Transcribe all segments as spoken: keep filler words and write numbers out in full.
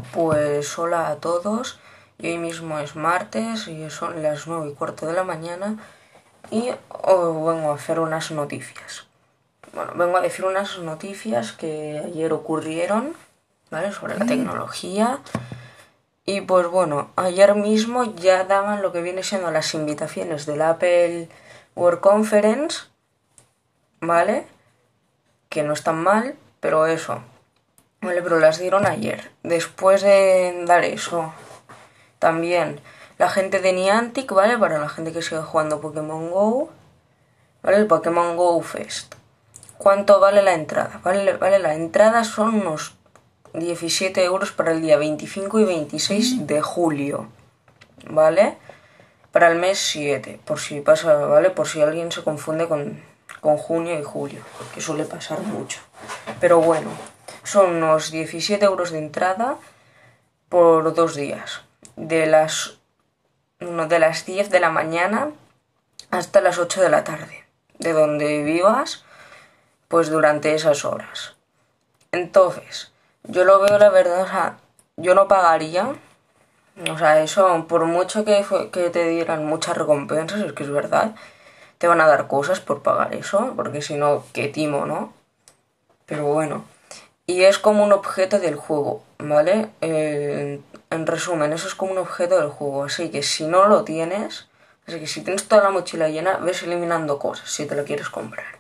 Pues hola a todos, y hoy mismo es martes y son las nueve y cuarto de la mañana y os vengo a hacer unas noticias. Bueno, vengo a decir unas noticias que ayer ocurrieron, ¿vale? Sobre la tecnología. Y pues bueno, ayer mismo ya daban lo que viene siendo las invitaciones del Apple World Conference, ¿vale? Que no están mal, pero eso. Vale, pero las dieron ayer. Después de dar eso, también la gente de Niantic, ¿vale? Para la gente que sigue jugando Pokémon Go, ¿vale? El Pokémon Go Fest. ¿Cuánto vale la entrada? Vale, vale, la entrada son unos diecisiete euros para el día veinticinco y veintiséis de julio, ¿vale? Para el mes siete, por si pasa, ¿vale? Por si alguien se confunde con, con junio y julio, que suele pasar mucho. Pero bueno, son unos diecisiete euros de entrada por dos días. De las, no, de las diez de la mañana hasta las ocho de la tarde. De donde vivas, pues durante esas horas. Entonces, yo lo veo, la verdad, o sea, yo no pagaría. O sea, eso, por mucho que, fue, que te dieran muchas recompensas, es que es verdad, te van a dar cosas por pagar eso, porque si no, qué timo, ¿no? Pero bueno. Y es como un objeto del juego, ¿vale? Eh, en resumen, eso es como un objeto del juego. Así que si no lo tienes, así que si tienes toda la mochila llena, ves eliminando cosas si te lo quieres comprar.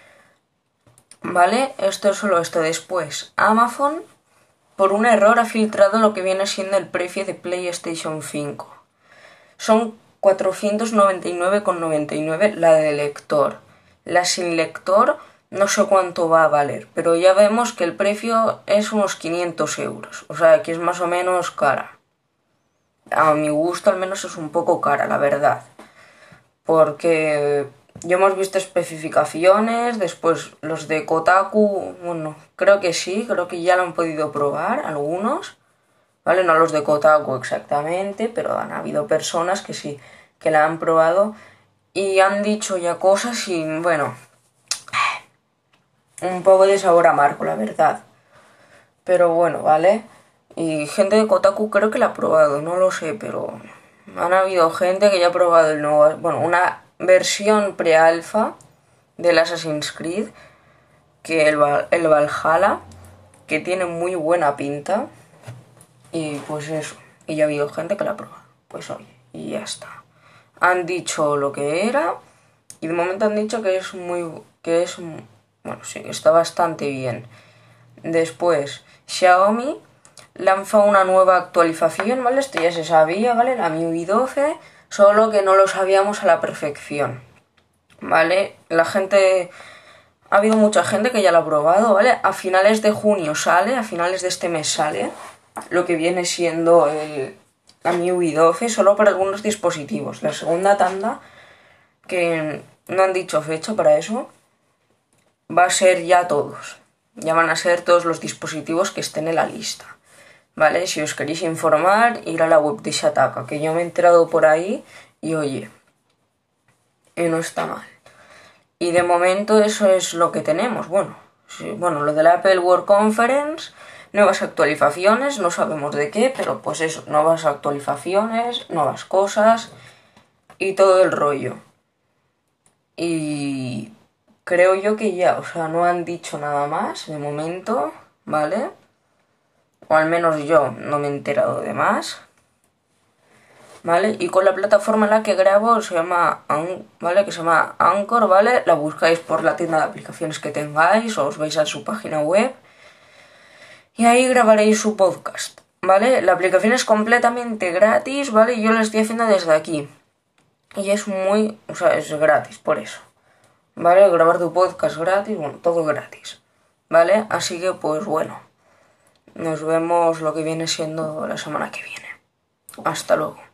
¿Vale? Esto es solo esto. Después, Amazon, por un error, ha filtrado lo que viene siendo el precio de PlayStation cinco. Son cuatrocientos noventa y nueve con noventa y nueve la de lector. La sin lector no sé cuánto va a valer, pero ya vemos que el precio es unos quinientos euros. O sea, que es más o menos cara. A mi gusto al menos es un poco cara, la verdad. Porque ya hemos visto especificaciones, después los de Kotaku, bueno, creo que sí, creo que ya lo han podido probar algunos. ¿Vale? No los de Kotaku exactamente, pero han habido personas que sí, que la han probado y han dicho ya cosas y, bueno, un poco de sabor amargo, la verdad. Pero bueno, ¿vale? Y gente de Kotaku creo que la ha probado, no lo sé, pero han habido gente que ya ha probado el nuevo, bueno, una versión pre-alfa del Assassin's Creed, que el, el Valhalla, que tiene muy buena pinta. Y pues eso. Y ya ha habido gente que la ha probado. Pues oye, y ya está. Han dicho lo que era. Y de momento han dicho que es muy... que es... bueno, sí, está bastante bien. Después, Xiaomi lanza una nueva actualización, ¿vale? Esto ya se sabía, ¿vale? La M I U I doce, solo que no lo sabíamos a la perfección, ¿vale? La gente... ha habido mucha gente que ya lo ha probado, ¿vale? A finales de junio sale, a finales de este mes sale lo que viene siendo el, la M I U I doce, solo para algunos dispositivos. La segunda tanda, que no han dicho fecha para eso, va a ser ya todos. Ya van a ser todos los dispositivos que estén en la lista. ¿Vale? Si os queréis informar, ir a la web de Shataka, que yo me he enterado por ahí y oye, y no está mal. Y de momento eso es lo que tenemos. Bueno, sí, bueno, lo de la Apple World Conference, nuevas actualizaciones, no sabemos de qué, pero pues eso, nuevas actualizaciones, nuevas cosas y todo el rollo. Y creo yo que ya, o sea, no han dicho nada más de momento, ¿vale? O al menos yo no me he enterado de más. ¿Vale? Y con la plataforma en la que grabo se llama, ¿vale? Que se llama Anchor, ¿vale? La buscáis por la tienda de aplicaciones que tengáis o os vais a su página web y ahí grabaréis su podcast, ¿vale? La aplicación es completamente gratis, ¿vale? Y yo lo estoy haciendo desde aquí y es muy, o sea, es gratis por eso, ¿vale? Grabar tu podcast gratis, bueno, todo gratis, ¿vale? Así que pues bueno, nos vemos lo que viene siendo la semana que viene. Hasta luego.